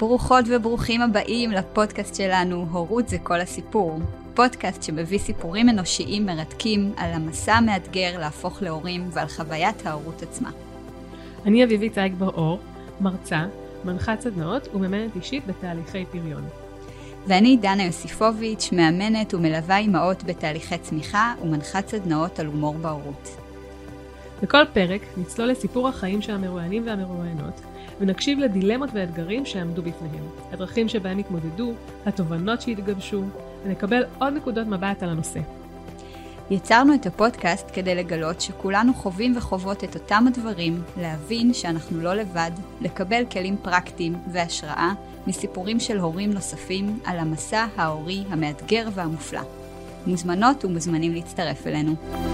ברוכות וברוכים הבאים לפודקאסט שלנו, הורות זה כל הסיפור. פודקאסט שמביא סיפורים אנושיים מרתקים על המסע המאתגר להפוך להורים ועל חוויית ההורות עצמה. אני אביבית צייג בר-אור, מרצה, מנחת סדנאות ומאמנת אישית בתהליכי פריון. ואני דנה יוסיפוביץ', מאמנת ומלווה אימהות בתהליכי צמיחה ומנחת סדנאות על הומור בהורות. בכל פרק נצלול לסיפור החיים של המרואיינים והמרואיינות, ונקשיב לדילמות ואתגרים שעמדו בפניהם, הדרכים שבהם התמודדו, התובנות שהתגבשו, ונקבל עוד נקודות מבט על הנושא. יצרנו את הפודקאסט כדי לגלות שכולנו חווים וחוות את אותם הדברים, להבין שאנחנו לא לבד, לקבל כלים פרקטיים והשראה מסיפורים של הורים נוספים על המסע ההורי המאתגר והמופלא. מוזמנות ומוזמנים להצטרף אלינו.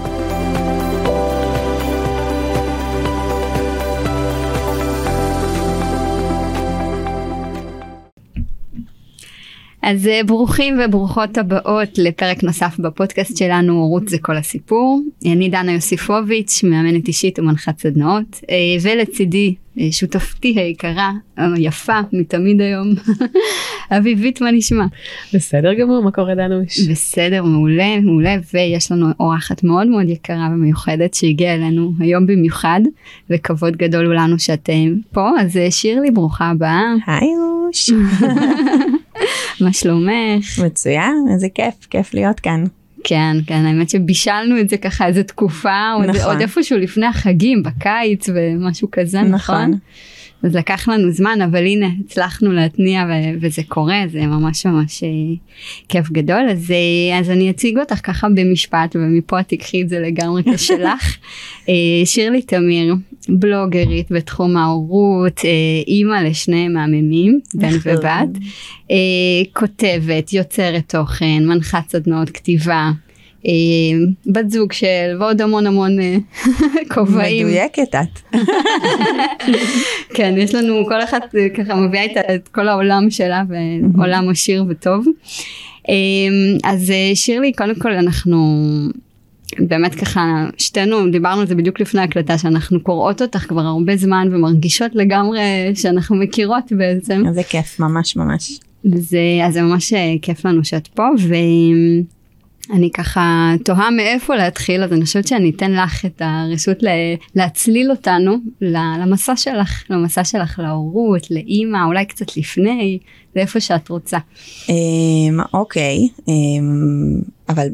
אז ברוכים וברוכות הבאות לפרק נוסף בפודקאסט שלנו, הורות זה כל הסיפור. אני דנה יוסיפוביץ', מאמנת אישית ומנחת סדנאות, ולצידי שותפתי היקרה, יפה מתמיד היום, אביבית, מה נשמע? בסדר גמור, מה קורה דנוש? בסדר, מעולה, מעולה, ויש לנו אורחת מאוד מאוד יקרה ומיוחדת שהגיעה אלינו היום במיוחד, וכבוד גדול לנו שאתם פה, אז שירלי, ברוכה הבאה. היי רוש. מה שלומך? מצוין, איזה כיף להיות כאן. כן, האמת שבישלנו את זה ככה איזו תקופה, עוד איפשהו לפני החגים, בקיץ ומשהו כזה, נכון? אז לקח לנו זמן, אבל הנה, הצלחנו להתניע וזה קורה, זה ממש כיף גדול. אז אני אציג אותך ככה במשפט, ומפה תקחי את זה לגמרי כשלך. שירלי תמיר, בלוגרית בתחום ההורות, אימא לשני מהממים, בן ובת, כותבת, יוצרת תוכן, מנחת סדנאות כתיבה, בת זוג של ועוד המון כובעים. מדויקת את. כן, יש לנו כל אחת ככה מביאה את כל העולם שלה, ועולם עשיר וטוב. אז שירלי, קודם כל אנחנו באמת ככה, שתינו דיברנו על זה בדיוק לפני ההקלטה, שאנחנו קוראות אותך כבר הרבה זמן ומרגישות לגמרי שאנחנו מכירות בעצם. זה כיף, ממש. אז זה ממש כיף לנו שאת פה, ואני ככה תוהה מאיפה להתחיל, אז אני חושבת שאני אתן לך את הרשות להצליל אותנו למסע שלך להורות, לאמא, אולי קצת לפני, לאיפה שאת רוצה. אוקיי, אבל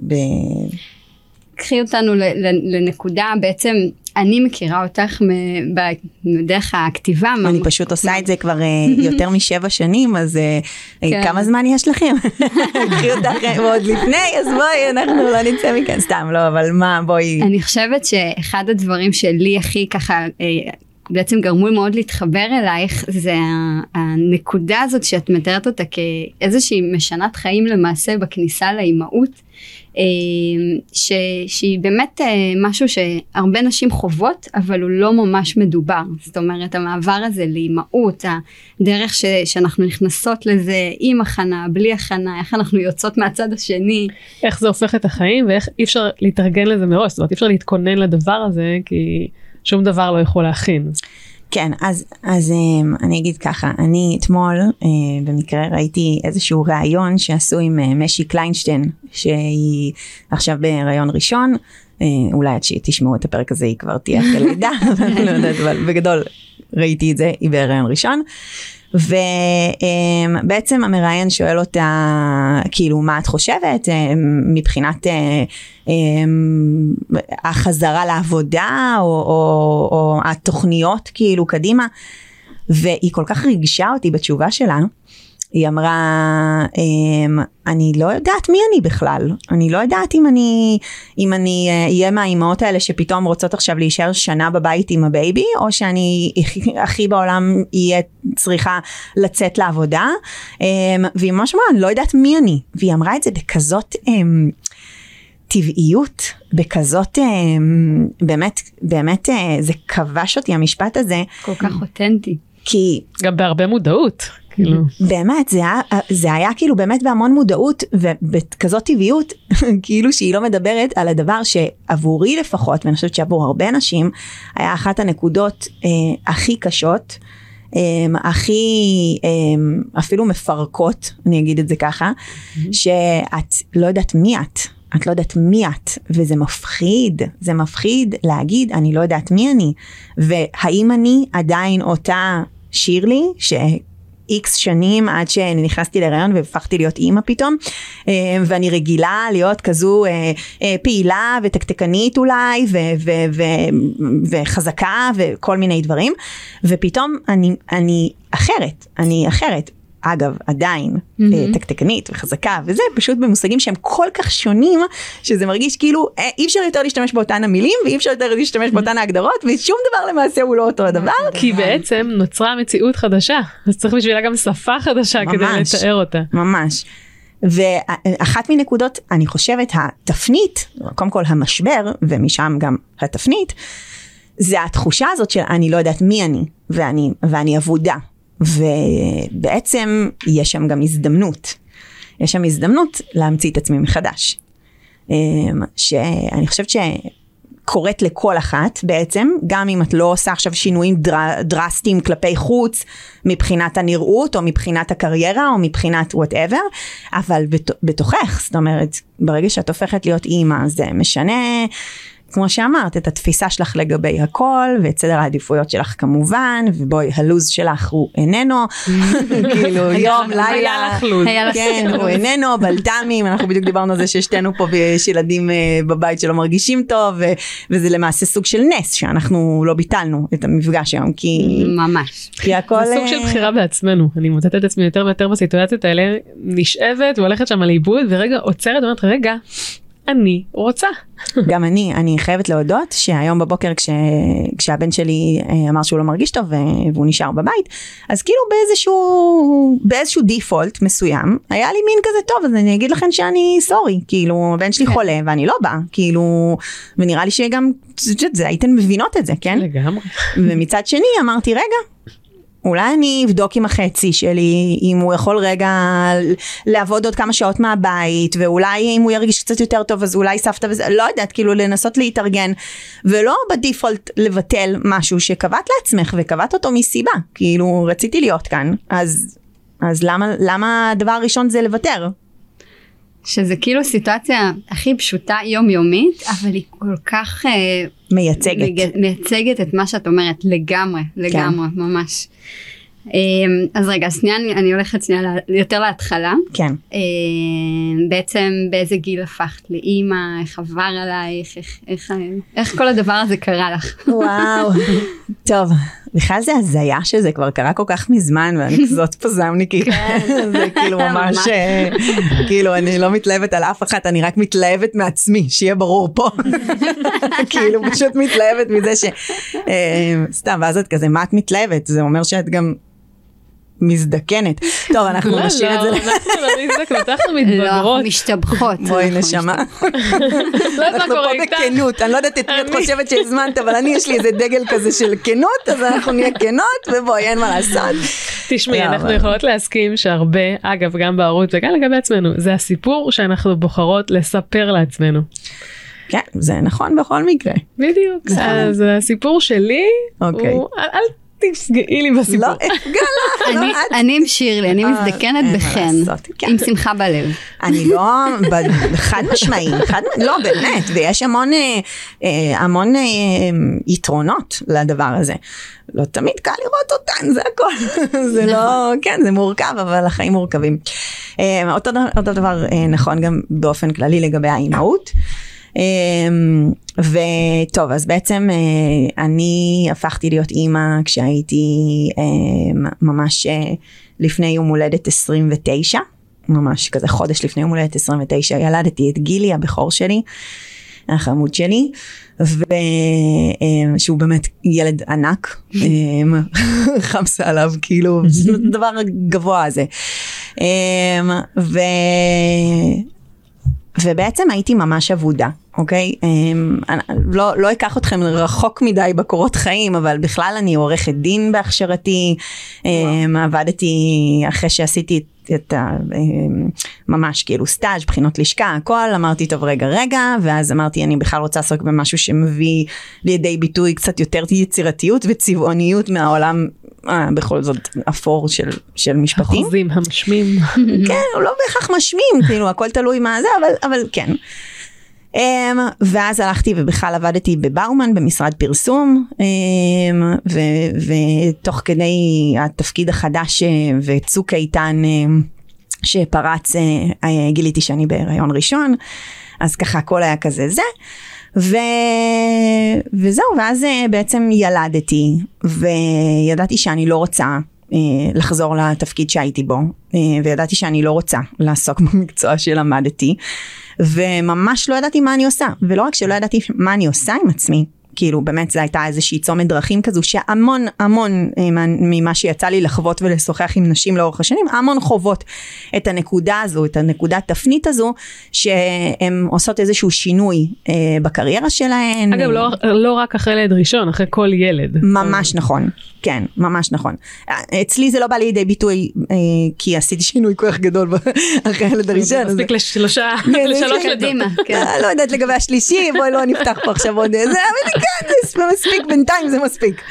קחי אותנו לנקודה, בעצם אני מכירה אותך בדרך הכתיבה. אני פשוט עושה את זה כבר יותר מ7 שנים, אז כמה זמן יש לכם? קחי אותך עוד לפני, אז בואי, אנחנו לא נצא מכאן, סתם לא, אבל מה, בואי. אני חושבת שאחד הדברים שלי הכי ככה בעצם גרמו מאוד להתחבר אלייך, זה הנקודה הזאת שאת מתארת אותה כאיזושהי משנת חיים למעשה בכניסה לאימהות, שהיא באמת משהו שהרבה נשים חוות, אבל הוא לא ממש מדובר. זאת אומרת, המעבר הזה לאימהות, הדרך שאנחנו נכנסות לזה עם הכנה, בלי הכנה, איך אנחנו יוצאות מהצד השני. איך זה הופך את החיים, ואיך אי אפשר להתארגן לזה מראש, זאת אומרת, אי אפשר להתכונן לדבר הזה, כי שום דבר לא יכול להכין. כן, אז אני אגיד ככה, אני אתמול במקרה ראיתי איזשהו ראיון שעשו עם משי קליינשטיין, שהיא עכשיו בהיריון ראשון, אולי עד שתשמעו את הפרק הזה היא כבר תהיה אחרי לידה, לא יודעת, אבל בגדול ראיתי את זה, היא בהיריון ראשון, ובעצם המראיין שואל אותה, כאילו, מה את חושבת מבחינת החזרה לעבודה, או התוכניות כאילו קדימה, והיא כל כך ריגשה אותי בתשובה שלה, היא אמרה, אני לא יודעת מי אני בכלל, אני לא יודעת אם אני אהיה מהאימהות האלה שפתאום רוצות עכשיו להישאר שנה בבית עם הבייבי, או שאני הכי בעולם יהיה צריכה לצאת לעבודה, והיא ממש אמרה, אני לא יודעת מי אני, והיא אמרה את זה בכזאת טבעיות, בכזאת, באמת זה כבש אותי המשפט הזה. כל כך אותנטי. כי גם בהרבה מודעות. באמת, זה היה כאילו באמת בהמון מודעות, ובכזאת טבעיות, כאילו שהיא לא מדברת על הדבר שעבורי לפחות, ואני חושבת שעבור הרבה אנשים, היה אחת הנקודות הכי קשות, הכי אפילו מפרקות, אני אגיד את זה ככה, שאת לא יודעת מי את לא יודעת מי את, וזה מפחיד, זה מפחיד להגיד אני לא יודעת מי אני, והאם אני עדיין אותה שירלי, איקס שנים עד שאני נכנסתי להיריון והפכתי להיות אימא פתאום, ואני רגילה להיות כזו פעילה ותקתקנית אולי וחזקה וכל מיני דברים, ופתאום אני אחרת, אגב עדיין תקתקנית וחזקה, וזה פשוט במושגים שהם כל כך שונים, שזה מרגיש כאילו אי אפשר יותר להשתמש באותן המילים, ואי אפשר יותר להשתמש באותן ההגדרות, ושום דבר למעשה הוא לא אותו הדבר. כי בעצם נוצרה מציאות חדשה, אז צריך בשבילה גם שפה חדשה כדי לתאר אותה. ממש. ואחת מנקודות, אני חושבת, התפנית, קודם כל המשבר, ומשם גם התפנית, זה התחושה הזאת של אני לא יודעת מי אני, ואני עבודה. ובעצם יש שם גם הזדמנות. יש שם הזדמנות להמציא את עצמי מחדש. שאני חושבת שקוראת לכל אחת בעצם, גם אם את לא עושה עכשיו שינויים דרסטיים כלפי חוץ, מבחינת הנראות, או מבחינת הקריירה, או מבחינת whatever, אבל בתוכך, זאת אומרת, ברגע שאת הופכת להיות אימא, זה משנה, כמו שאמרת, את התפיסה שלך לגבי הכל, ואת סדר העדיפויות שלך כמובן, ובואי, הלוז שלך הוא איננו, כאילו יום, לילה, כן, הוא איננו, בלתמים, אנחנו בדיוק דיברנו על זה ששתינו פה, ויש ילדים בבית שלא מרגישים טוב, וזה למעשה סוג של נס, שאנחנו לא ביטלנו את המפגש היום, כי... ממש. זה סוג של בחירה בעצמנו, אני מוצאת את עצמי יותר ויותר בסיטואציות האלה, נשאבת והולכת שם על איבוד, ורגע עוצרת ואומרת, רגע, אני רוצה. גם אני חייבת להודות שהיום בבוקר כשהבן שלי אמר שהוא לא מרגיש טוב והוא נשאר בבית, אז כאילו באיזשהו דיפולט מסוים, היה לי מין כזה טוב, אז אני אגיד לכם שאני סורי, כאילו הבן שלי חולה ואני לא באה, כאילו, ונראה לי שגם, זה הייתן מבינות את זה, כן? לגמרי. ומצד שני אמרתי, רגע, אולי אני אבדוק עם החצי שלי, אם הוא יכול רגע לעבוד עוד כמה שעות מהבית, ואולי אם הוא ירגיש קצת יותר טוב, אז אולי סבתא וזה, לא יודעת, כאילו לנסות להתארגן, ולא בדיפולט לבטל משהו שקבעת לעצמך, וקבעת אותו מסיבה, כאילו רציתי להיות כאן, אז למה הדבר הראשון זה לוותר? שזה כאילו סיטואציה הכי פשוטה יומיומית, אבל היא כל כך מייצגת את מה שאת אומרת, לגמרי, ממש. אז רגע, שנייה, אני הולכת שנייה יותר להתחלה. כן. בעצם באיזה גיל הפכת לאמא, איך עבר עלייך, איך כל הדבר הזה קרה לך? וואו, טוב, בכלל זה הזיה שזה כבר קרה כל כך מזמן, ואני כזאת פזמניקית. זה כאילו ממש, כאילו אני לא מתלהבת על אף אחת, אני רק מתלהבת מעצמי, שיהיה ברור פה. כאילו פשוט מתלהבת מזה סתם, ואז את כזה, מה את מתלהבת? זה אומר שאת גם מזדקנת. טוב, אנחנו נשאיר את זה. אנחנו מתבגרות. לא, משתבחות. בואי נשמה. אנחנו פה בכנות, אני לא יודעת את מי את חושבת שהזמנת, אבל יש לי איזה דגל כזה של כנות, אז אנחנו נהיה כנות, ובואי, אין מה לעשות. תשמעי, אנחנו יכולות להסכים שהרבה, אגב, גם בערוץ וגם לגבי עצמנו, זה הסיפור שאנחנו בוחרות לספר לעצמנו. כן, זה נכון בכל מקרה. בדיוק. אז הסיפור שלי הוא, אל תפגעי לי בסיפור. לא אפגע לך. אני עם שירלי, אני מזדקנת בחן, עם שמחה בלב. אני לא, חד משמעי, לא באמת, ויש המון יתרונות לדבר הזה. לא תמיד קל לראות אותן, זה הכל. זה לא, כן, זה מורכב, אבל החיים מורכבים. אותו דבר נכון גם באופן כללי לגבי האימהות. וטוב, אז בעצם אני הפכתי להיות אימא כשהייתי ממש לפני יום הולדת 29, ממש כזה חודש לפני יום הולדת 29, ילדתי את גילי, הבכור שלי, החמוד שלי, שהוא באמת ילד ענק, חמסה עליו, כאילו, דבר גבוה הזה. ובעצם הייתי ממש עבודה, אוקיי? לא אקח אתכם רחוק מדי בקורות חיים, אבל בכלל אני עורכת דין בהכשרתי, עבדתי אחרי שעשיתי את ממש כאילו סטאז', בחינות לשכה, הכל, אמרתי טוב רגע, ואז אמרתי אני בכלל רוצה לעסוק במשהו שמביא לידי ביטוי קצת יותר יצירתיות וצבעוניות מהעולם בכל זאת אפור של משפטים. החוזים המשמים. כן, הוא לא בהכרח משמים, כאילו הכל תלוי מה זה, אבל כן. ואז הלכתי ובכלל עבדתי בבאומן במשרד פרסום, ותוך כדי התפקיד החדש וצוק איתן שפרץ, גיליתי שאני בהיריון ראשון, אז ככה הכל היה כזה זה, וזהו, ואז בעצם ילדתי, וידעתי שאני לא רוצה לחזור לתפקיד שהייתי בו, וידעתי שאני לא רוצה לעסוק במקצוע שלמדתי, וממש לא ידעתי מה אני עושה, ולא רק שלא ידעתי מה אני עושה עם עצמי, כאילו באמת זה הייתה איזושהי צומת דרכים כזו, שהמון ממה שיצא לי לחוות ולשוחח עם נשים לאורך השנים, המון חוות את הנקודה הזו, את הנקודת תפנית הזו, שהן עושות איזשהו שינוי בקריירה שלהן. אגב, לא רק אחרי ילד ראשון, אחרי כל ילד. ממש נכון, כן, ממש נכון. אצלי זה לא בא לידי ביטוי, כי עשיתי שינוי כוח גדול אחרי ילד הראשון. מספיק לשלוש קדימה. לא יודעת לגבי השלישי, בואי לא נפתח פה עכשיו עוד איזה, אבל כן, זה מספיק, בינתיים זה מספיק.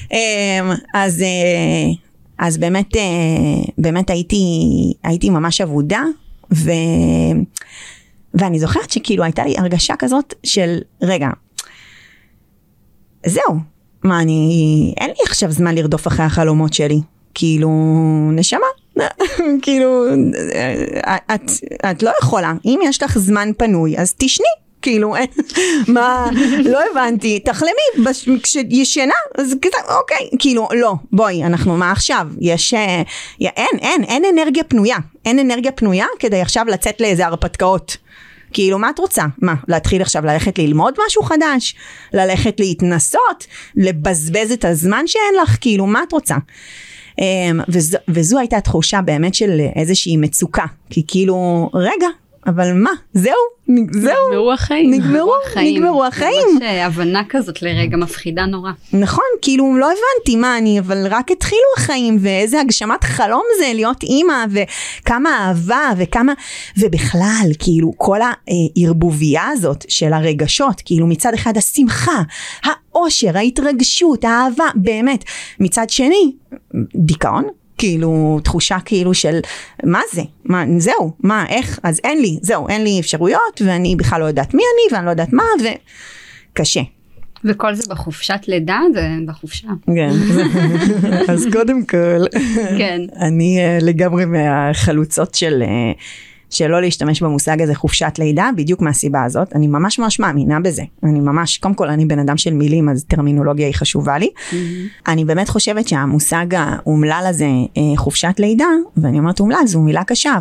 אז באמת הייתי ממש עבודה, ואני זוכרת שכאילו הייתה לי הרגשה כזאת של, רגע, זהו, אין לי עכשיו זמן לרדוף אחרי החלומות שלי, כאילו, נשמה, כאילו, את לא יכולה, אם יש לך זמן פנוי, אז תשני, כאילו, מה, לא הבנתי, תחלמי, כשישנה, אז כזה, אוקיי, כאילו, לא, בואי, אנחנו, מה עכשיו? אין אנרגיה פנויה, אין אנרגיה פנויה כדי עכשיו לצאת לאיזה הרפתקאות. כאילו, מה את רוצה? מה, להתחיל עכשיו ללכת ללמוד משהו חדש? ללכת להתנסות? לבזבז את הזמן שאין לך? כאילו, מה את רוצה? וזו הייתה תחושה באמת של איזושהי מצוקה, כי כאילו, רגע, אבל מה? זהו? נגמרו החיים. נגמרו החיים. ממש הבנה כזאת לרגע מפחידה נורא. נכון, כאילו לא הבנתי מה אני, אבל רק התחילו החיים, ואיזה הגשמת חלום זה להיות אימא, וכמה אהבה, ובכלל, כאילו כל הערבוביה הזאת של הרגשות, כאילו מצד אחד השמחה, האושר, ההתרגשות, האהבה, באמת. מצד שני, דיכאון. כאילו תחושה כאילו של מה זה, מה, זהו, מה, איך, אז אין לי אפשרויות, ואני בכלל לא יודעת מי אני, ואני לא יודעת מה, וקשה. וכל זה בחופשת לידה, זה בחופשה. כן, אז קודם כל, כן. אני לגמרי מהחלוצות שלא להשתמש במושג הזה חופשת לידה, בדיוק מהסיבה הזאת, אני ממש מאמינה בזה, קודם כל אני בן אדם של מילים, אז טרמינולוגיה היא חשובה לי, אני באמת חושבת שהמושג האומלל הזה, חופשת לידה, ואני אומרת אומלל, זו מילה קשה,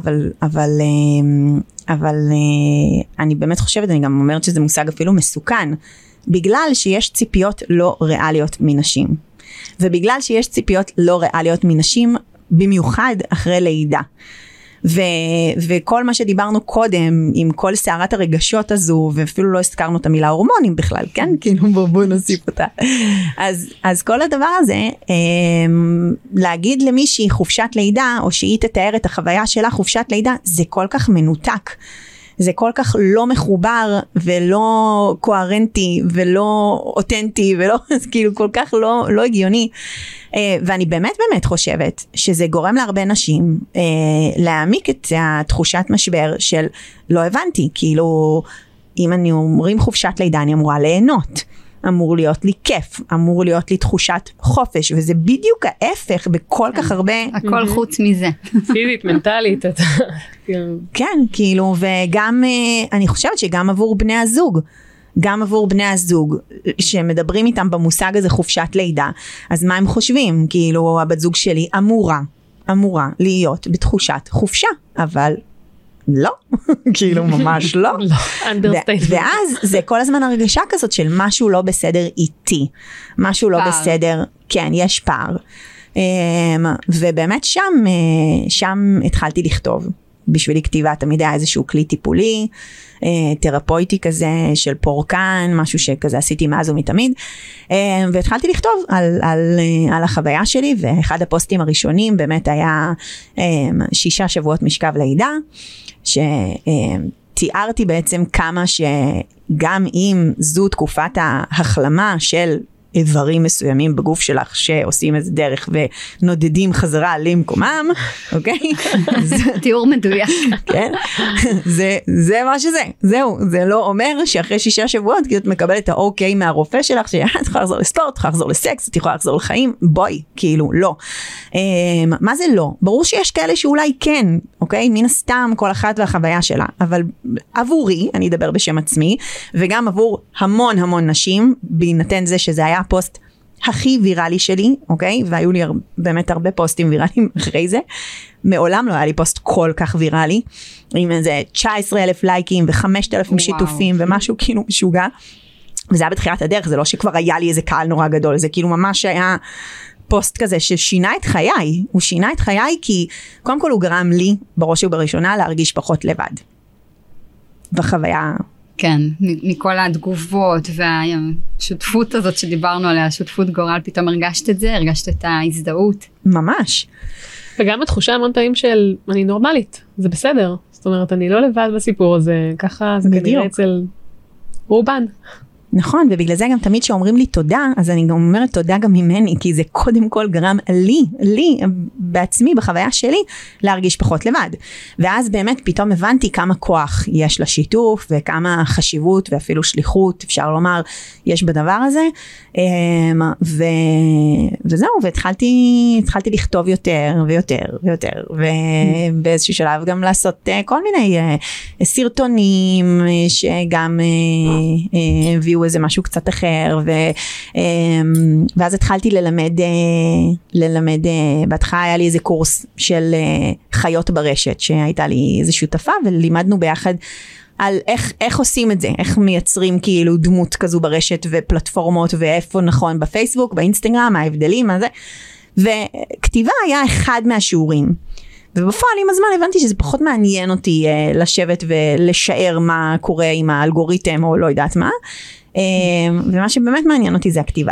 אבל אני באמת חושבת, אני גם אומרת שזה מושג אפילו מסוכן, בגלל שיש ציפיות לא ריאליות מנשים, ובגלל שיש ציפיות לא ריאליות מנשים, במיוחד אחרי לידה, וכל מה שדיברנו קודם עם כל סערת הרגשות הזו, ואפילו לא הזכרנו את המילה הורמונים בכלל, כן? כאילו בואו נוסיף אותה. אז כל הדבר הזה, להגיד למישהי חופשת לידה, או שהיא תתאר את החוויה שלה חופשת לידה, זה כל כך מנותק. זה כל כך לא מחובר ולא קוהרנטי ולא אותנטי ולא, כאילו כל כך לא הגיוני. ואני באמת חושבת שזה גורם להרבה נשים להעמיק את התחושת משבר של לא הבנתי, כאילו אם אני אומרים חופשת לידה אני אמורה ליהנות. אמור להיות לי כיף, אמור להיות לי תחושת חופש, וזה בדיוק ההפך בכל כך הרבה... הכל חוץ מזה. פיזית, מנטלית. כן, כאילו, וגם, אני חושבת שגם עבור בני הזוג, שמדברים איתם במושג הזה חופשת לידה, אז מה הם חושבים? כאילו, הבת זוג שלי אמורה להיות בתחושת חופשה, אבל... לא, כאילו ממש לא. ואז זה כל הזמן הרגשה כזאת של משהו לא בסדר איתי, משהו לא בסדר, כן, יש פער. ובאמת שם התחלתי לכתוב. בשבילי כתיבה תמיד היה איזשהו כלי טיפולי, תרפויטי כזה של פורקן, משהו שכזה עשיתי מאז ומתמיד, והתחלתי לכתוב על החוויה שלי, ואחד הפוסטים הראשונים באמת היה 6 שבועות משכב לידה, שתיארתי בעצם כמה שגם אם זו תקופת ההחלמה של איברים מסוימים בגוף שלך שעושים איזה דרך ונודדים חזרה למקומם, אוקיי? תיאור מדויק. כן? זה מה שזה. זהו, זה לא אומר שאחרי 6 שבועות את מקבלת את האוקיי מהרופא שלך, שאת יכולה לחזור לספורט, את יכולה לחזור לסקס, את יכולה לחזור לחיים, בואי, כאילו, לא. מה זה לא? ברור שיש כאלה שאולי כן, אוקיי? מן הסתם כל אחת והחוויה שלה, אבל עבורי, אני אדבר בשם עצמי, וגם עבור המון המון נשים, בהינתן זה שזה היה הפוסט הכי ויראלי שלי, אוקיי? והיו לי באמת הרבה פוסטים ויראליים אחרי זה. מעולם לא היה לי פוסט כל כך ויראלי, עם איזה 19,000 לייקים ו5,000 שיתופים ומשהו כאילו משוגע. וזה היה בתחילת הדרך, זה לא שכבר היה לי איזה קהל נורא גדול, זה כאילו ממש היה פוסט כזה ששינה את חיי. הוא שינה את חיי כי קודם כל הוא גרם לי בראש ובראשונה להרגיש פחות לבד. בחוויה... כן, מכל התגובות והשותפות הזאת שדיברנו עליה, שותפות גורל, פתאום הרגשת את זה, הרגשת את ההזדהות. ממש. וגם התחושה המון פעמים של אני נורמלית, זה בסדר. זאת אומרת, אני לא לבד בסיפור הזה, ככה זה כנראה אצל רובן. נכון, ובגלל זה גם תמיד שאומרים לי תודה, אז אני גם אומרת תודה גם ממני, כי זה קודם כל גרם לי בעצמי, בחוויה שלי, להרגיש פחות לבד. ואז באמת פתאום הבנתי כמה כוח יש לשיתוף, וכמה חשיבות ואפילו שליחות, אפשר לומר, יש בדבר הזה. וזהו, והתחלתי לכתוב יותר ויותר ויותר, ובאיזשהו שלב גם לעשות כל מיני סרטונים, שגם הביאו איזה משהו קצת אחר, ואז התחלתי ללמד, בהתחלה היה לי איזה קורס של חיות ברשת, שהייתה לי איזה שותפה, ולימדנו ביחד על איך עושים את זה, איך מייצרים כאילו דמות כזו ברשת ופלטפורמות, ואיפה נכון בפייסבוק, באינסטגרם, מה ההבדלים, מה זה, וכתיבה היה אחד מהשיעורים, ובפועל עם הזמן הבנתי שזה פחות מעניין אותי לשבת ולשער מה קורה עם האלגוריתם או לא יודעת מה, ומה שבאמת מעניין אותי זה הכתיבה.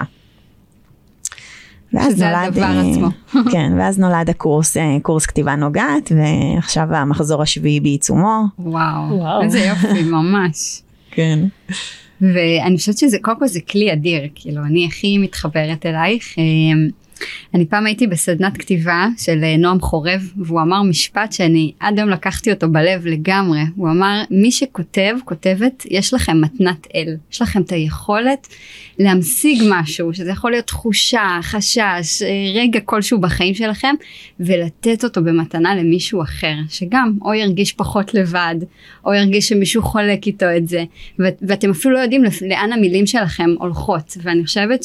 ואז נולד, כן, ואז נולד קורס כתיבה נוגעת, ועכשיו המחזור השביעי בעיצומו. וואו, איזה יופי, ממש. כן. ואני חושבת שזה, קודם כל זה כלי אדיר, כאילו, אני הכי מתחברת אלייך. אני פעם הייתי בסדנת כתיבה של נועם חורב, והוא אמר משפט שאני עד היום לקחתי אותו בלב לגמרי. הוא אמר, מי שכותב, כותבת, יש לכם מתנת אל. יש לכם את היכולת להמשיג משהו, שזה יכול להיות תחושה, חשש, רגע כלשהו בחיים שלכם, ולתת אותו במתנה למישהו אחר, שגם או ירגיש פחות לבד, או ירגיש שמישהו חולק איתו את זה, ואתם אפילו לא יודעים לאן המילים שלכם הולכות. ואני חושבת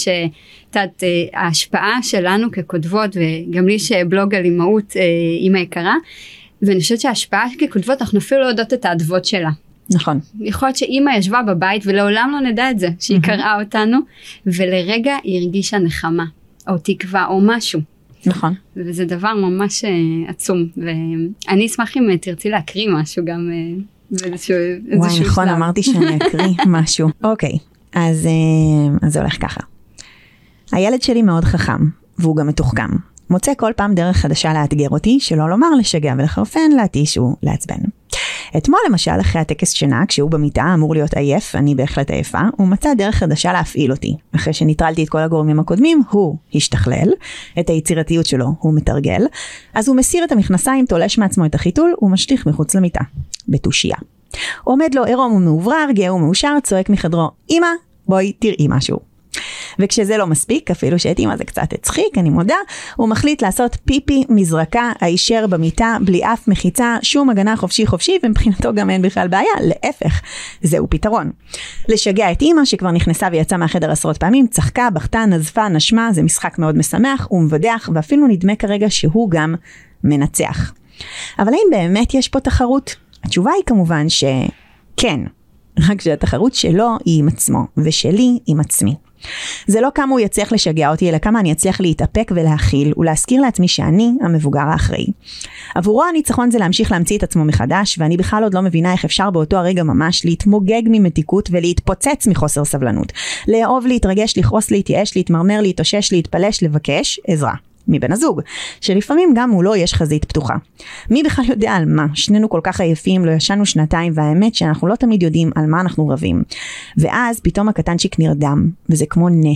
ההשפעה שלנו ככותבות, וגם לי יש בלוג על אימהות, אימא יקרה, ואני חושבת שההשפעה ככותבות, אנחנו אפילו לא יודעות את האדוות שלה. נכון. יכול להיות שאימא ישבה בבית, ולעולם לא נדע את זה, שהיא קראה אותנו, ולרגע היא הרגישה נחמה, או תקווה, או משהו. נכון. וזה דבר ממש עצום, ואני אשמח אם תרצי להקריא משהו גם, וואי, נכון, אמרתי שאני אקריא משהו. אוקיי, אז זה הולך ככה. הילד שלי מאוד חכם, והוא גם מתוחכם. מוצא כל פעם דרך חדשה לאתגר אותי, שלא לומר לשגע ולחרפן, להתיש ולעצבן. אתמול למשל אחרי הטקס שינה, כשהוא במיטה אמור להיות עייף, אני בהחלט עייפה, הוא מצא דרך חדשה להפעיל אותי. אחרי שניטרלתי את כל הגורמים הקודמים, הוא השתכלל, את היצירתיות שלו הוא מתרגל, אז הוא מסיר את המכנסיים, תולש מעצמו את החיתול, ומשליך מחוץ למיטה, בתושייה. עומד לו עירום ומאוברר, גאה ומאושר, צועק מחדרו, אמא, בואי תראי משהו. וכשזה לא מספיק, אפילו שאת אמא זה קצת הצחיק, אני מודה, הוא מחליט לעשות פיפי מזרקה הישר במיטה, בלי אף מחיצה, שום הגנה חופשי, ומבחינתו גם אין בכלל בעיה, להפך, זהו פתרון. לשגע את אמא שכבר נכנסה ויצאה מהחדר עשרות פעמים, צחקה, בכתה, נזפה, נשמה, זה משחק מאוד משמח, ומבדח, ואפילו נדמה כרגע שהוא גם מנצח. אבל האם באמת יש פה תחרות? התשובה היא כמובן שכן, רק שהתחרות שלו היא עם עצמו, ושלי עם עצמי. זה לא כמה הוא יצליח לשגע אותי, אלא כמה אני אצליח להתאפק ולהכיל, ולהזכיר לעצמי שאני המבוגר האחראי. עבורו הניצחון זה להמשיך להמציא את עצמו מחדש, ואני בכלל עוד לא מבינה איך אפשר באותו הרגע ממש להתמוגג ממתיקות ולהתפוצץ מחוסר סבלנות. לאהוב, להתרגש, לכעוס, להתייאש, להתמרמר, להתאושש, להתפלש, לבקש עזרה. מבן הזוג, שלפעמים גם מולו יש חזית פתוחה. מי בכלל יודע על מה? שנינו כל כך עייפים, לא ישנו שנתיים, והאמת שאנחנו לא תמיד יודעים על מה אנחנו רבים. ואז פתאום הקטנצ'יק נרדם, וזה כמו נס.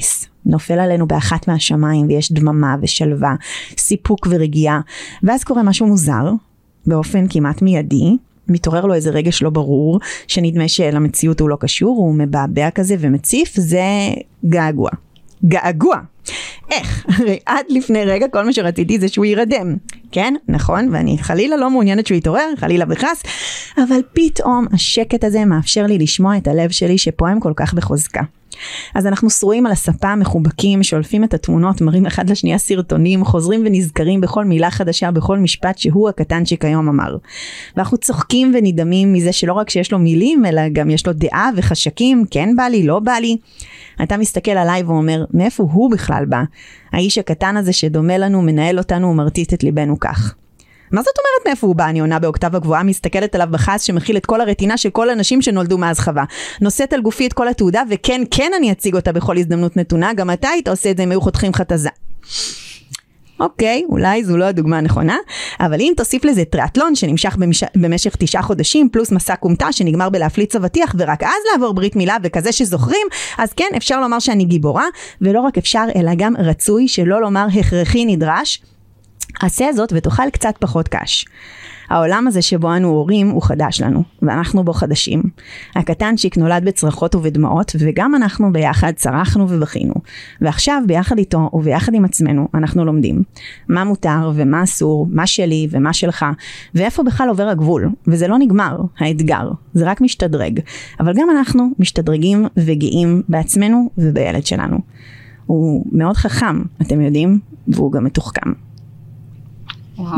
נופל עלינו באחת מהשמיים, ויש דממה ושלווה, סיפוק ורגיעה, ואז קורה משהו מוזר, באופן כמעט מיידי, מתעורר לו איזה רגש לא ברור, שנדמה שלמציאות הוא לא קשור, הוא מבעבע כזה ומציף, זה געגוע. געגוע. איך? הרי עד לפני רגע כל מה שרציתי זה שהוא יירדם. כן? נכון? ואני חלילה לא מעוניינת שהוא יתעורר, חלילה וחס, אבל פתאום השקט הזה מאפשר לי לשמוע את הלב שלי שפועם כל כך בחוזקה. אז אנחנו שרועים על הספה מחובקים, שולפים את התמונות, מראים אחד לשנייה סרטונים, חוזרים ונזכרים בכל מילה חדשה, בכל משפט שהוא הקטן שכיום אמר. ואנחנו צוחקים ונדהמים מזה שלא רק שיש לו מילים, אלא גם יש לו דעה וחשקים, כן בא לי, לא בא לי. אתה מסתכל עליי ואומר, מאיפה הוא בכלל בא? האיש הקטן הזה שדומה לנו, מנהל אותנו ומרטיט את ליבנו כך. מה זאת אומרת מאיפה הוא בא? אני עונה באוקטבה גבוהה, מסתכלת עליו בחס שמכיל את כל הרטינה של כל הנשים שנולדו מאז חווה. נושאת על גופי את כל התעודה, וכן, כן אני אציג אותה בכל הזדמנות נתונה, גם אתה היית עושה את זה אם היו חותכים חתזה. אוקיי, אולי זו לא הדוגמה הנכונה, אבל אם תוסיף לזה טריאטלון שנמשך במשך 9 חודשים, פלוס מסע קומטה שנגמר בלהפליץ אבטיח, ורק אז לעבור ברית מילה וכזה שזוכרים, אז כן, אפשר לומר שאני גיבורה, ולא רק אפשר, אלא גם רצוי, שלא לומר הכרחי נדרש. עשה זאת ותאכל קצת פחות קש. העולם הזה שבו אנו הורים הוא חדש לנו, ואנחנו בו חדשים. הקטנצ'יק נולד בצרחות ובדמעות, וגם אנחנו ביחד צרחנו ובכינו. ועכשיו ביחד איתו וביחד עם עצמנו אנחנו לומדים. מה מותר ומה אסור, מה שלי ומה שלך, ואיפה בכלל עובר הגבול. וזה לא נגמר, האתגר. זה רק משתדרג. אבל גם אנחנו משתדרגים וגאים בעצמנו ובילד שלנו. הוא מאוד חכם, אתם יודעים, והוא גם מתוחכם. וואו.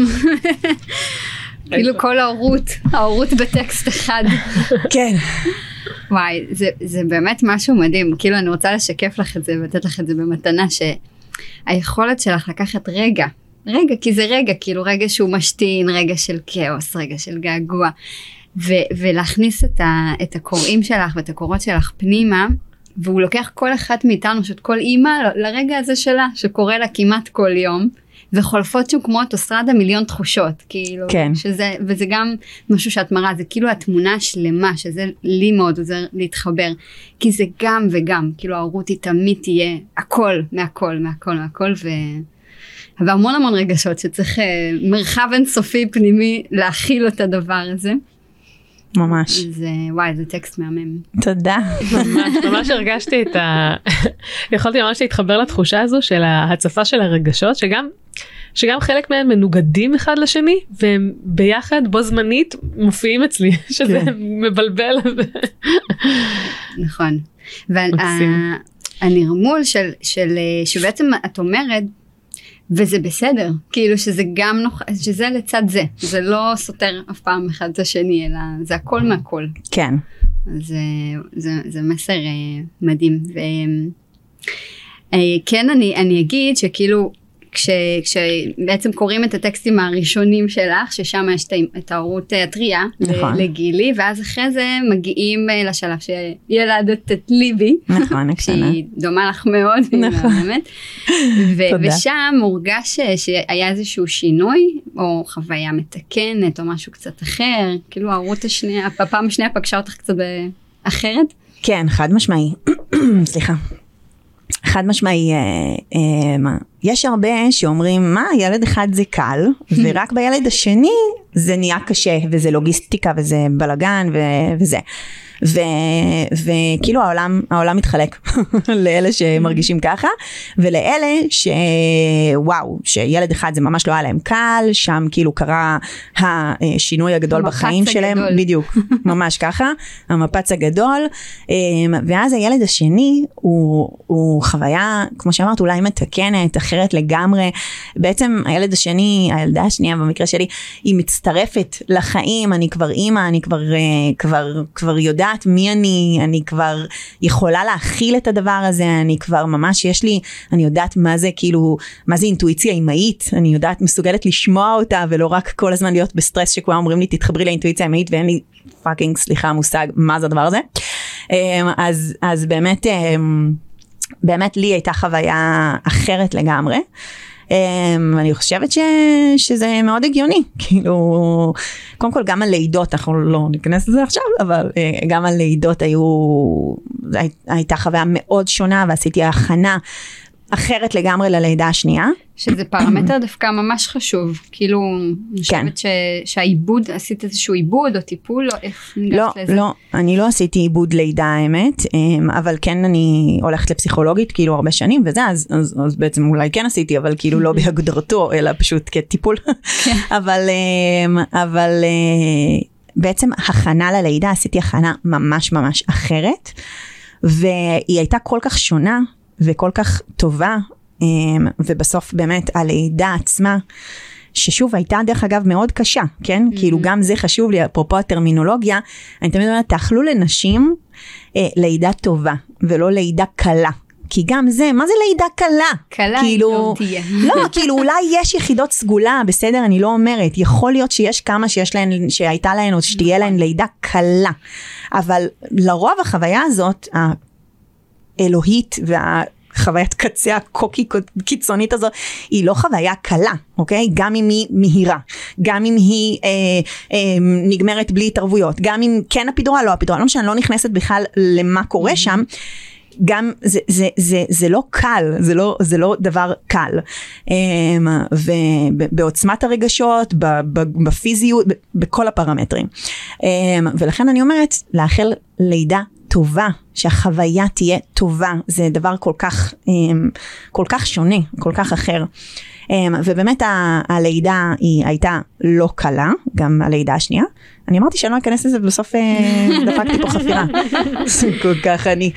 כאילו כל ההורות בטקסט אחד. כן. וואי, זה באמת משהו מדהים. כאילו אני רוצה לשקף לך את זה ולתת לך את זה במתנה, שהיכולת שלך לקחת רגע, כי זה רגע, כאילו רגע שהוא משתין, רגע של כאוס, רגע של געגוע, ולהכניס את הקוראים שלך ואת הקורות שלך פנימה, והוא לוקח כל אחת מאיתנו, שאת כל אימא לרגע הזה שלה, שקורה לה כמעט כל יום, וחולפות שם כמו אוטוסטרדה מיליון תחושות, כאילו, כן. וזה גם משהו שאת מראה, זה כאילו התמונה השלמה, שזה לי מאוד עוזר להתחבר, כי זה גם וגם, כאילו ההורות היא תמיד תהיה הכל, מהכל, והמון המון רגשות שצריך מרחב אינסופי פנימי להכיל את הדבר הזה. ממש. וואי, זה טקסט מהמם. תודה. ממש הרגשתי יכולתי ממש להתחבר לתחושה הזו של ההצפה של הרגשות, שגם חלק מהם מנוגדים אחד לשני, והם ביחד בו זמנית מופיעים אצלי, שזה מבלבל. נכון. והנרמול שבעצם את אומרת, וזה בסדר, כאילו שזה גם שזה לצד זה לא סותר אף פעם אחד את השני, אלא זה הכל מהכל. כן. אז זה מסר מדהים. כן, אני אגיד שכאילו, כשבעצם קוראים את הטקסטים הראשונים שלך, ששם יש את ההורות הטריה לגילי, ואז אחרי זה מגיעים לשלב שילדת את ליבי, שהיא דומה לך מאוד, ושם מורגש שהיה איזשהו שינוי, או חוויה מתקנת, או משהו קצת אחר, כאילו ההורות השנייה, הפעם השנייה פגשה אותך קצת אחרת? כן, חד משמעי, סליחה. חד משמעי, יש הרבה שאומרים, מה, ילד אחד זה קל, ורק בילד השני זה נהיה קשה, וזה לוגיסטיקה, וזה בלגן, וזה. וכאילו העולם מתחלק לאלה שמרגישים ככה, ולאלה שוואו, שילד אחד זה ממש לא היה להם קל, שם כאילו קרה השינוי הגדול בחיים שלהם, בדיוק, ממש ככה, המפץ הגדול, ואז הילד השני הוא חוויה, כמו שאמרת, אולי מתקנת, אחרת לגמרי, בעצם הילד השני, הילדה השנייה במקרה שלי, היא מצטרפת לחיים, אני כבר אימא, אני כבר יודעת, מי אני כבר יכולה להכיל את הדבר הזה, אני כבר ממש אני יודעת מה זה כאילו, מה זה אינטואיציה אימהית, אני יודעת מסוגלת לשמוע אותה, ולא רק כל הזמן להיות בסטרס שכולם אומרים לי, תתחברי לאינטואיציה אימהית, ואין לי פאקינג, סליחה, מושג, מה זה הדבר הזה. אז באמת לי הייתה חוויה אחרת לגמרי, אני חושבת שזה מאוד הגיוני, כאילו, קודם כל גם הלידות, אנחנו לא ניכנס לזה עכשיו, אבל גם הלידות הייתה חוויה מאוד שונה, ועשיתי הכנה אחרת לגמרי ללידה השנייה. שזה פרמטר דווקא ממש חשוב, כאילו, אני חושבת שהעיבוד, עשית איזשהו עיבוד או טיפול, או איך ניגשת לזה? לא, אני לא עשיתי עיבוד לידה האמת, אבל כן אני הולכת לפסיכולוגית, כאילו הרבה שנים וזה, אז בעצם אולי כן עשיתי, אבל כאילו לא בהגדרתו, אלא פשוט כטיפול. אבל בעצם הכנה ללידה, עשיתי הכנה ממש ממש אחרת, והיא הייתה כל כך שונה, וכל כך טובה, ובסוף באמת הלידה עצמה, ששוב הייתה דרך אגב מאוד קשה, כן? כאילו גם זה חשוב לי, אפרופו הטרמינולוגיה, אני תמיד אומרת, תאכלו לנשים לידה טובה, ולא לידה קלה. כי גם זה, מה זה לידה קלה? קלה כאילו, לא תהיה. לא, כאילו אולי יש יחידות סגולה, בסדר, אני לא אומרת, יכול להיות שיש כמה שהייתה להן, או שתהיה להן לידה קלה, אבל לרוב החוויה הזאת, אלוהית והחוויית קצה הקוקי קיצונית הזאת, היא לא חוויה קלה, אוקיי? גם אם היא מהירה, גם אם היא נגמרת בלי התערבויות, גם אם כן הפידורל, לא הפידורל, לא משנה, לא נכנסת בכלל למה קורה שם, גם זה לא קל, זה לא דבר קל, ובעוצמת הרגשות, בפיזיות, בכל הפרמטרים, ולכן אני אומרת, לאחל לידה טובה, שהחוויה תהיה טובה, זה דבר כל כך שונה, כל כך אחר. ובאמת הלידה היא הייתה לא קלה, גם הלידה השנייה. אני אמרתי שאני לא אכנס לזה, ובסוף דפקתי פה חפירה. כל כך אני.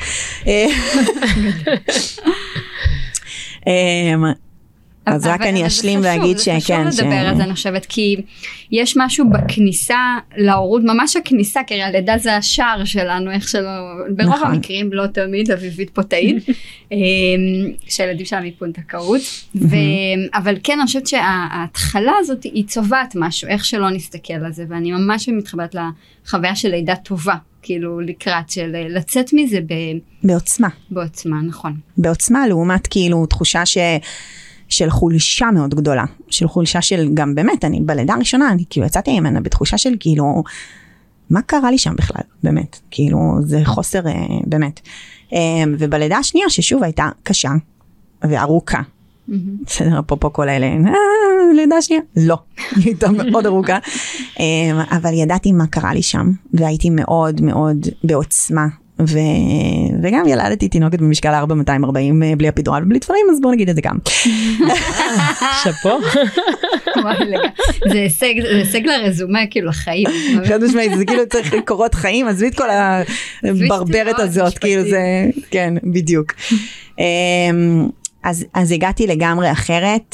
אז רק אני אשלים ואגיד שכן. זה חשוב לדבר על זה, אני חושבת, כי יש משהו בכניסה להורות, ממש הכניסה, כי הלידה זה השער שלנו, איך שלא, ברוב המקרים, לא תמיד, אביבית פה תעיד, שהילדים שלנו מפונדקאות, אבל כן, אני חושבת שההתחלה הזאת היא צובעת משהו, איך שלא נסתכל על זה, ואני ממש מתחברת לחוויה של לידה טובה, כאילו לקראת של לצאת מזה בעוצמה. בעוצמה, נכון. בעוצמה, לעומת כאילו תחושה של חולשה מאוד גדולה, של חולשה של גם באמת, אני בלידה הראשונה, אני כאילו יצאתי ממנה בתחושה של כאילו, מה קרה לי שם בכלל, באמת, כאילו זה חוסר באמת, ובלידה השנייה ששוב הייתה קשה וארוכה, בסדר, אפרופו כל האלה, לידה שנייה, לא, היא הייתה מאוד ארוכה, אבל ידעתי מה קרה לי שם, והייתי מאוד מאוד בעוצמה, וגם ילדתי תינוקת במשקל 4,240 בלי אפידורל ובלי דברים, אז בואו נגיד את זה גם. שפו. זה הישג לרזומה, כאילו לחיים. חד משמעית, זה כאילו צריך קורות חיים, עזבי את כל הברברת הזאת, כאילו זה, כן, בדיוק. אז הגעתי לגמרי אחרת,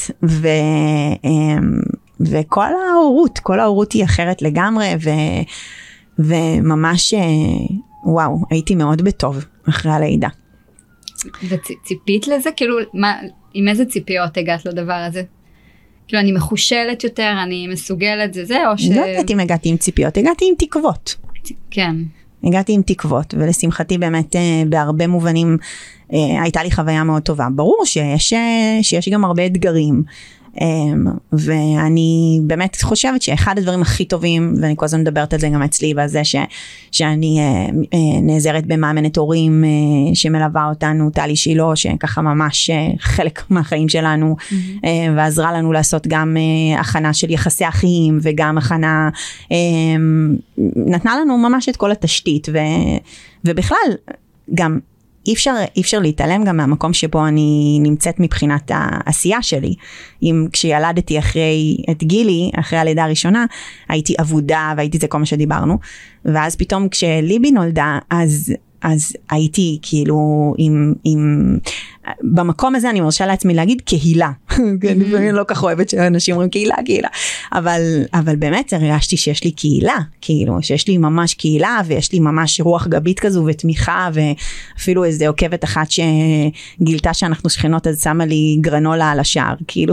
וכל ההורות היא אחרת לגמרי, וממש וואו, הייתי מאוד בטוב אחרי הלידה. וציפית לזה? כאילו, עם איזה ציפיות הגעת לדבר הזה? כאילו, אני מחושלת יותר, אני מסוגלת, זה, או ש... לא יודעת אם הגעתי עם ציפיות, הגעתי עם תקוות. כן. הגעתי עם תקוות, ולשמחתי באמת בהרבה מובנים הייתה לי חוויה מאוד טובה. ברור שיש גם הרבה אתגרים, ואני באמת חושבת שאחד הדברים הכי טובים, ואני כל הזמן מדברת על זה גם אצלי, וזה שאני נעזרת במאמנת הורים שמלווה אותנו, טלי שילה, שככה ממש חלק מהחיים שלנו, ועזרה לנו לעשות גם הכנה של יחסי אחים, וגם הכנה, נתנה לנו ממש את כל התשתית, ובכלל גם אי אפשר להתעלם גם מהמקום שבו אני נמצאת מבחינת העשייה שלי. כשילדתי את גילי, אחרי הלידה הראשונה, הייתי עבודה והייתי זה כל מה שדיברנו. ואז פתאום כשליבי נולדה, אז הייתי כאילו במקום הזה אני מרשה לעצמי להגיד קהילה. אני לא כך אוהבת שאנשים אומרים קהילה. אבל באמת הרגשתי שיש לי קהילה, כאילו שיש לי ממש קהילה, ויש לי ממש רוח גבית כזו ותמיכה, ואפילו איזה עוקבת אחת שגילתה שאנחנו שכנות, אז שמה לי גרנולה על השער, כאילו.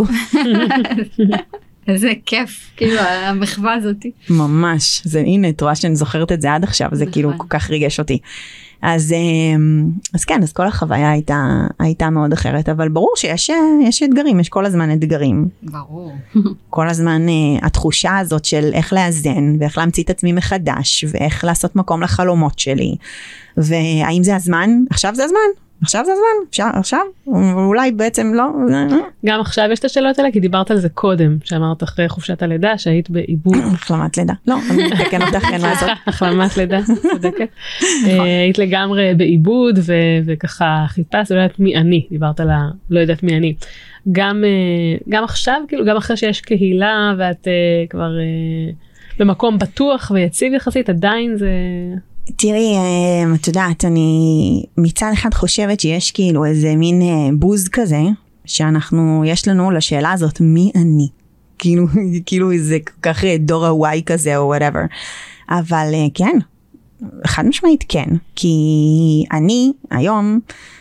איזה כיף, כאילו המחווה הזאת. ממש, הנה, את רואה שאני זוכרת את זה עד עכשיו, זה כאילו כל כך ריגש אותי. אז כן, אז כל החוויה הייתה מאוד אחרת, אבל ברור שיש אתגרים, יש כל הזמן אתגרים. ברור. כל הזמן התחושה הזאת של איך לאזן, ואיך להמציא את עצמי מחדש, ואיך לעשות מקום לחלומות שלי, והאם זה הזמן? עכשיו זה הזמן. עכשיו זה הזמן, עכשיו, אולי בעצם לא. גם עכשיו יש את השאלות האלה, כי דיברת על זה קודם, שאמרת אחרי חופשת הלידה, שהיית בעיבוד. החלמת לידה, לא, אני מתקן אותך, אין מה זאת. החלמת לידה, צודקת. היית לגמרי בעיבוד, וככה חיפש, לא יודעת מי אני, דיברת על לא יודעת מי אני. גם עכשיו, כאילו, גם אחרי שיש קהילה, ואת כבר במקום בטוח ויציב יחסית, עדיין זה... תראי, את יודעת, אני מצד אחד חושבת שיש כאילו איזה מין בוז כזה, יש לנו לשאלה הזאת, מי אני? כאילו איזה כל כך דור ה-Y כזה או whatever. אבל כן, חד משמעית כן, כי אני היום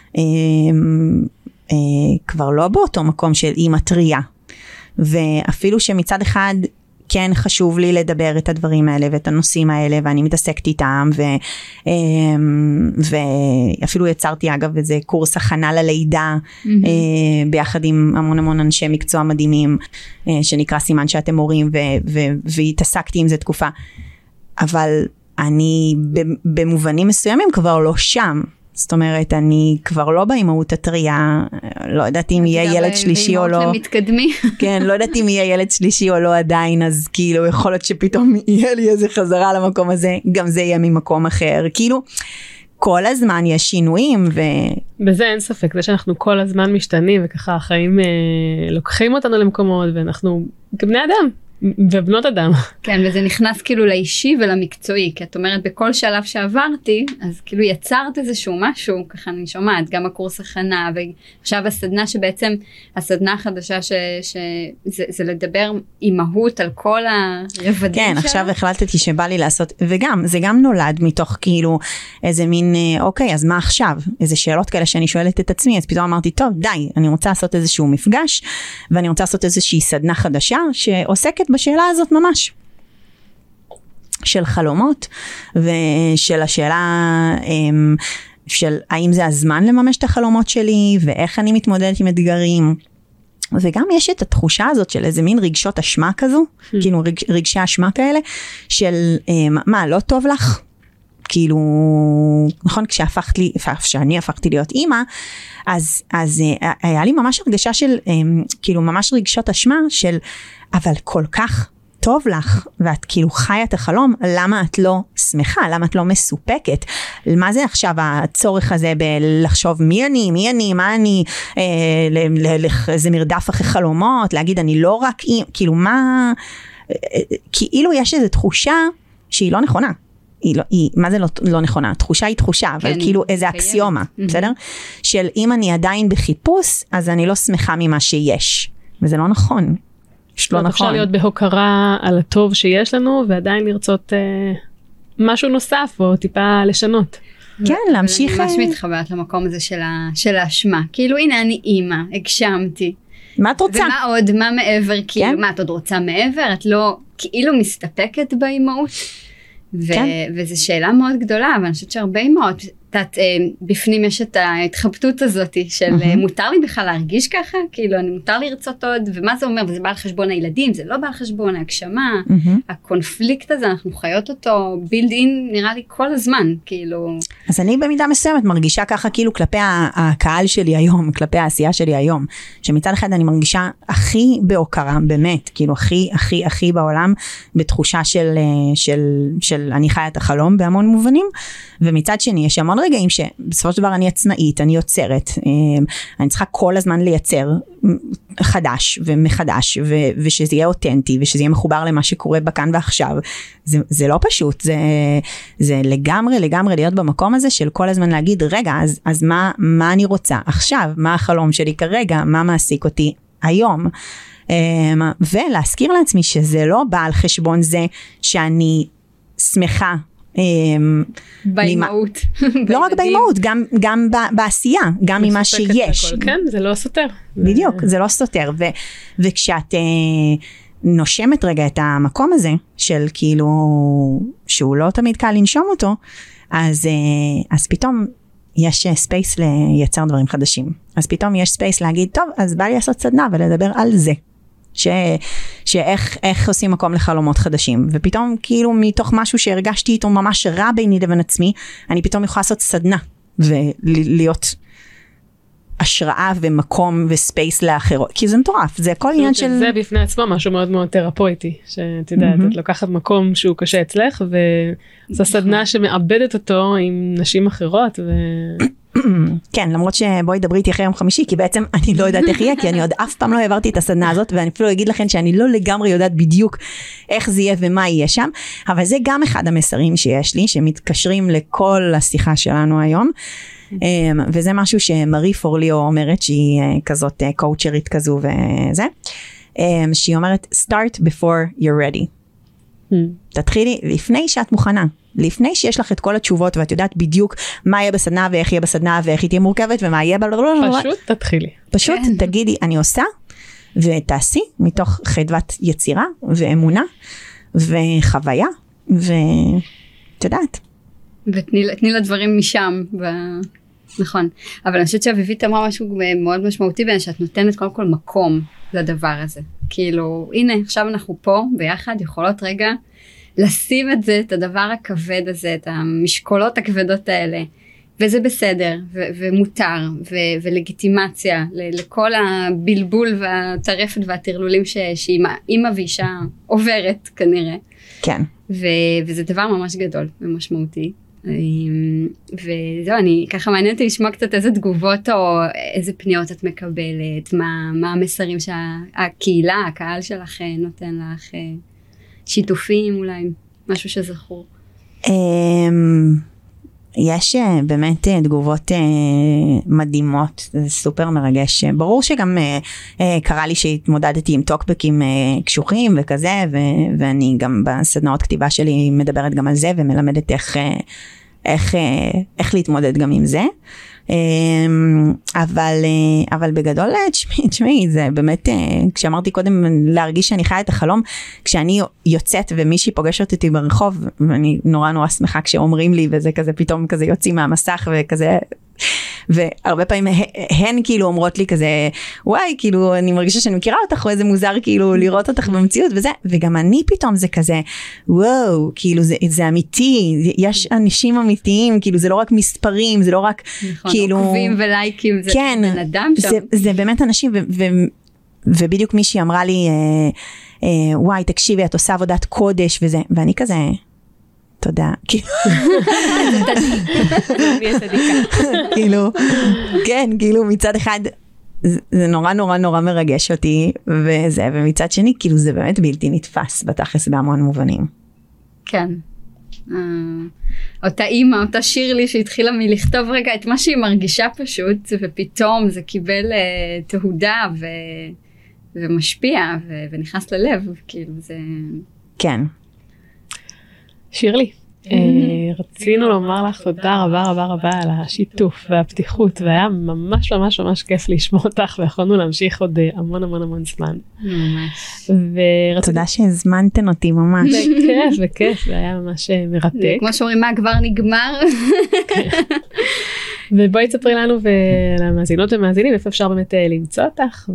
כבר לא באותו מקום של אימא טריה, ואפילו שמצד אחד, כן חשוב לי לדבר את הדברים האלה ואת הנושאים האלה, ואני מתעסקת איתם, ואפילו יצרתי אגב איזה קורס הכנה ללידה, ביחד עם המון אנשי מקצוע מדהימים, שנקרא סימן שאתם הורים, והתעסקתי עם זה תקופה, אבל אני במובנים מסוימים כבר לא שם, זאת אומרת, אני כבר לא באימהות הטריה, לא יודעת אם יהיה ילד שלישי או לא. באימהות למתקדמי. כן, לא יודעת אם יהיה ילד שלישי או לא עדיין, אז כאילו יכול להיות שפתאום יהיה לי איזה חזרה למקום הזה, גם זה יהיה ממקום אחר. כאילו, כל הזמן יש שינויים בזה אין ספק, זה שאנחנו כל הזמן משתנים, וככה החיים לוקחים אותנו למקומות, ואנחנו כבני אדם. ובנות אדם. כן, וזה נכנס כאילו לאישי ולמקצועי, כי את אומרת בכל שלב שעברתי, אז כאילו יצרת איזשהו משהו, ככה אני שומעת, גם הקורס הכנה, ועכשיו הסדנה שבעצם, הסדנה החדשה שזה לדבר אימהות על כל הרבדים כן, עכשיו החלטתי שבא לי לעשות, וגם, זה גם נולד מתוך כאילו איזה מין, אוקיי, אז מה עכשיו? איזה שאלות כאלה שאני שואלת את עצמי, אז פתאום אמרתי, טוב, די, אני רוצה לעשות איזשהו מפגש, ואני רוצה לעשות איזושהי סדנה חדשה, שעוסקת בשאלה הזאת ממש, של חלומות, ושל השאלה של האם זה הזמן לממש את החלומות שלי, ואיך אני מתמודדת עם אתגרים, וגם יש את התחושה הזאת של איזה מין רגשות אשמה כזו, כאילו רגשי אשמה כאלה, של מה, לא טוב לך? כאילו, נכון, כשאני הפכתי להיות אימא, אז היה לי ממש הרגשה של, כאילו ממש רגשות אשמה של, אבל כל כך טוב לך, ואת כאילו חיה את החלום, למה את לא שמחה, למה את לא מסופקת? מה זה עכשיו הצורך הזה בלחשוב מי אני, מה אני, איזה מרדף אחרי חלומות, להגיד אני לא רק, כאילו מה, כאילו יש איזו תחושה שהיא לא נכונה. מה זה לא נכונה? התחושה היא תחושה, אבל כאילו איזה אקסיומה, בסדר? של אם אני עדיין בחיפוש, אז אני לא שמחה ממה שיש. וזה לא נכון. לא נכון. אפשר להיות בהוקרה על הטוב שיש לנו, ועדיין לרצות משהו נוסף, או טיפה לשנות. כן, להמשיך. אני ממש מתחברת למקום הזה של האשמה. כאילו, הנה אני אימא, הגשמתי. מה את רוצה? ומה עוד, מה מעבר, כאילו, מה את עוד רוצה מעבר? את לא כאילו מסתפקת באימהות? וזו שאלה מאוד גדולה, אבל אני חושבת שהרבה אימהות, בפנים יש את ההתחבטות הזאת של מותר לי בכלל להרגיש ככה, כאילו אני מותר לי לרצות עוד, ומה זה אומר? וזה בא על חשבון הילדים, זה לא בא על חשבון ההגשמה, הקונפליקט הזה, אנחנו חיות אותו בילד אין נראה לי כל הזמן, כאילו. אז אני במידה מסוימת מרגישה ככה כאילו כלפי הקהל שלי היום, כלפי העשייה שלי היום, שמצד אחד אני מרגישה הכי בהוקרה, באמת, כאילו הכי בעולם, בתחושה של אני חיה את החלום בהמון מובנים, ומצד שני יש המון רגעים שבסופו של דבר אני עצמאית, אני יוצרת, אני צריכה כל הזמן לייצר חדש ומחדש, ושזה יהיה אותנטי, ושזה יהיה מחובר למה שקורה בכאן ועכשיו. זה לא פשוט, זה לגמרי להיות במקום הזה של כל הזמן להגיד, רגע, אז מה אני רוצה עכשיו? מה החלום שלי כרגע? מה מעסיק אותי היום? ולהזכיר לעצמי שזה לא בא על חשבון זה שאני שמחה, באימהות. לא רק באימהות, גם בעשייה, גם ממה שיש. כן, זה לא סותר. בדיוק, זה לא סותר. וכשאת נושמת רגע את המקום הזה, של כאילו, שהוא לא תמיד קל לנשום אותו, אז פתאום יש ספייס לייצר דברים חדשים. אז פתאום יש ספייס להגיד, טוב, אז בא לי לעשות סדנה ולדבר על זה. שאיך עושים מקום לחלומות חדשים. ופתאום כאילו מתוך משהו שהרגשתי איתו ממש רע ביני לבין עצמי, אני פתאום יכולה לעשות סדנה ולהיות השראה ומקום וספייס לאחרות. כי זה מטורף, זה הכל עניין של... זה בפני עצמו משהו מאוד מאוד תרפויטי, שאת יודעת, את לוקחת מקום שהוא קשה אצלך, וזו סדנה שמאבדת אותו עם נשים אחרות, כן, למרות שבואי דברי איתי אחרי יום חמישי, כי בעצם אני לא יודעת איך יהיה, כי אני עוד אף פעם לא העברתי את הסדנה הזאת, ואני אפילו אגיד לכם שאני לא לגמרי יודעת בדיוק איך זה יהיה ומה יהיה שם, אבל זה גם אחד המסרים שיש לי, שמתקשרים לכל השיחה שלנו היום, וזה משהו שמרי פורליו אומרת, שהיא כזאת קואוצ'רית כזו וזה, שהיא אומרת, start before you're ready. תתחילי לפני שאת מוכנה. לפני שיש לך את כל התשובות ואת יודעת בדיוק מה יהיה בסדנה ואיך יהיה בסדנה ואיך היא תהיה מורכבת ומה יהיה פשוט תתחילי. פשוט תגידי אני עושה ותעשי מתוך חדוות יצירה ואמונה וחוויה ואת יודעת. ותני לדברים משם נכון. אבל אני חושבת שאביבית אמרה משהו מאוד משמעותי בין שאת נותנת קודם כל מקום לדבר הזה. כאילו הנה עכשיו אנחנו פה ביחד יכולות רגע לשים את זה, את הדבר הכבד הזה, את המשקולות הכבדות האלה, וזה בסדר, ומותר, ולגיטימציה, לכל הבלבול והטרפת והטרלולים שאימא ואישה עוברת כנראה. כן. וזה דבר ממש גדול ומשמעותי. וזהו, אני ככה מעניין אותי לשמוע קצת איזה תגובות או איזה פניות את מקבלת, מה המסרים שהקהילה, הקהל שלך נותן לך, שיתופים אולי, משהו שזכור. יש באמת תגובות מדהימות, זה סופר מרגש. ברור שגם קרה לי שהתמודדתי עם טוקבקים קשוחים וכזה, ואני גם בסדנאות כתיבה שלי מדברת גם על זה, ומלמדת איך להתמודד גם עם זה. אבל בגדול תשמעי, זה באמת, כשאמרתי קודם להרגיש שאני חיה את החלום, כשאני יוצאת ומישהי פוגשת אותי ברחוב, ואני נורא נורא שמחה כשאומרים לי, וזה כזה פתאום כזה יוצאים מהמסך וכזה, והרבה פעמים הן כאילו אומרות לי כזה, וואי, כאילו אני מרגישה שאני מכירה אותך, או איזה מוזר כאילו לראות אותך במציאות וזה, וגם אני פתאום זה כזה, וואו, כאילו זה אמיתי, יש אנשים אמיתיים, כאילו זה לא רק מספרים, זה לא רק נכון, כאילו... עוקבים ולייקים, זה כן, בן אדם שם. זה באמת אנשים, ובדיוק מישהי אמרה לי, וואי, תקשיבי, את עושה עבודת קודש וזה, ואני כזה... תודה. כאילו, כן, כאילו מצד אחד זה נורא נורא נורא מרגש אותי וזה, ומצד שני כאילו זה באמת בלתי נתפס בתכלס בהמון מובנים. כן. אותה אימא, אותה שירלי שהתחילה מלכתוב רגע את מה שהיא מרגישה פשוט, ופתאום זה קיבל תהודה ומשפיע ונכנס ללב, כאילו זה... כן. שירלי, רצינו לומר לך תודה רבה רבה רבה על השיתוף והפתיחות, והיה ממש ממש ממש כיף לשמוע אותך, ויכולנו להמשיך עוד המון המון המון זמן. ממש. תודה שהזמנתן אותי ממש. וכיף, זה היה ממש מרתק. כמו שאומרים, מה כבר נגמר? ובואי תספרי לנו ולמאזינות ומאזינים, איפה אפשר באמת למצוא אותך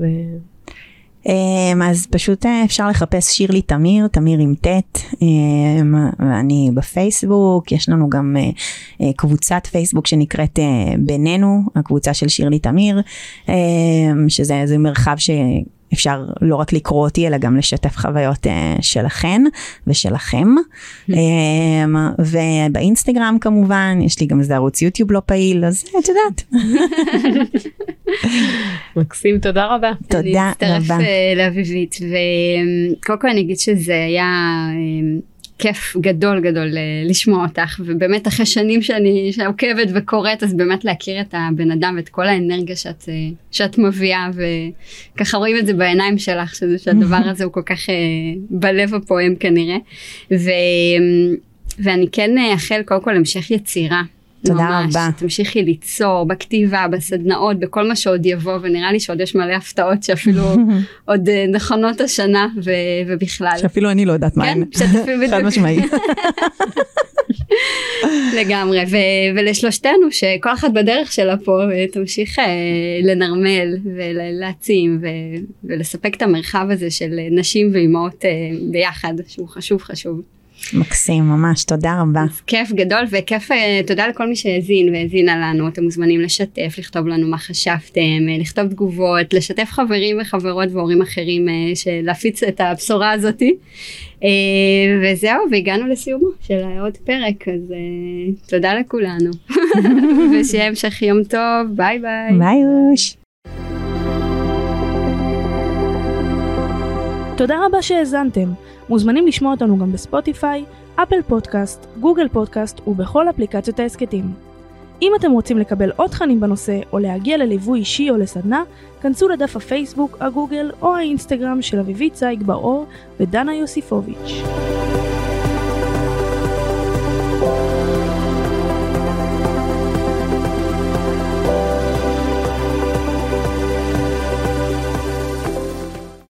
אז פשוט אפשר לחפש שירלי תמיר, תמיר עם טט, ואני בפייסבוק, יש לנו גם קבוצת פייסבוק שנקראת בינינו, הקבוצה של שירלי תמיר, שזה מרחב שאפשר לא רק לקרוא אותי, אלא גם לשתף חוויות שלכן ושלכם, ובאינסטגרם כמובן, יש לי גם איזה ערוץ יוטיוב לא פעיל, אז את יודעת. מקסים, תודה רבה. תודה רבה. אני אצטרף לאביבית, וקודם כל אני אגיד שזה היה כיף גדול גדול לשמוע אותך, ובאמת אחרי שנים שאני עוקבת וקוראת, אז באמת להכיר את הבן אדם ואת כל האנרגיה שאת מביאה, וככה רואים את זה בעיניים שלך, שהדבר הזה הוא כל כך בלב הפועם כנראה, ואני כן אאחל קודם כל המשך יצירה, תודה רבה. תמשיכי ליצור בכתיבה, בסדנאות, בכל מה שעוד יבוא, ונראה לי שעוד יש מלא הפתעות שאפילו עוד נכונות השנה ובכלל. שאפילו אני לא יודעת מה הן. חד משמעי. לגמרי, ולשלושתנו שכל אחת בדרך שלה פה תמשיך לנרמל ולהעצים ולספק את המרחב הזה של נשים ואימהות ביחד, שהוא חשוב. מקסים, ממש, תודה רבה. אז כיף גדול וכיף, תודה לכל מי שהזין והזינה לנו, אתם מוזמנים לשתף, לכתוב לנו מה חשבתם, לכתוב תגובות, לשתף חברים וחברות והורים אחרים, להפיץ את הבשורה הזאת. וזהו, והגענו לסיומו של עוד פרק, אז תודה לכולנו. ושיהיה המשך יום טוב, ביי ביי. ביי אוש. תודה רבה שהאזנתם. מוזמנים לשמוע אותנו גם בספוטיפיי, אפל פודקאסט, גוגל פודקאסט ובכל אפליקציות העסקתים. אם אתם רוצים לקבל עוד תכנים בנושא או להגיע לליווי אישי או לסדנה, כנסו לדף הפייסבוק, הגוגל או האינסטגרם של אביבית זייג בר-אור ודנה יוסיפוביץ'.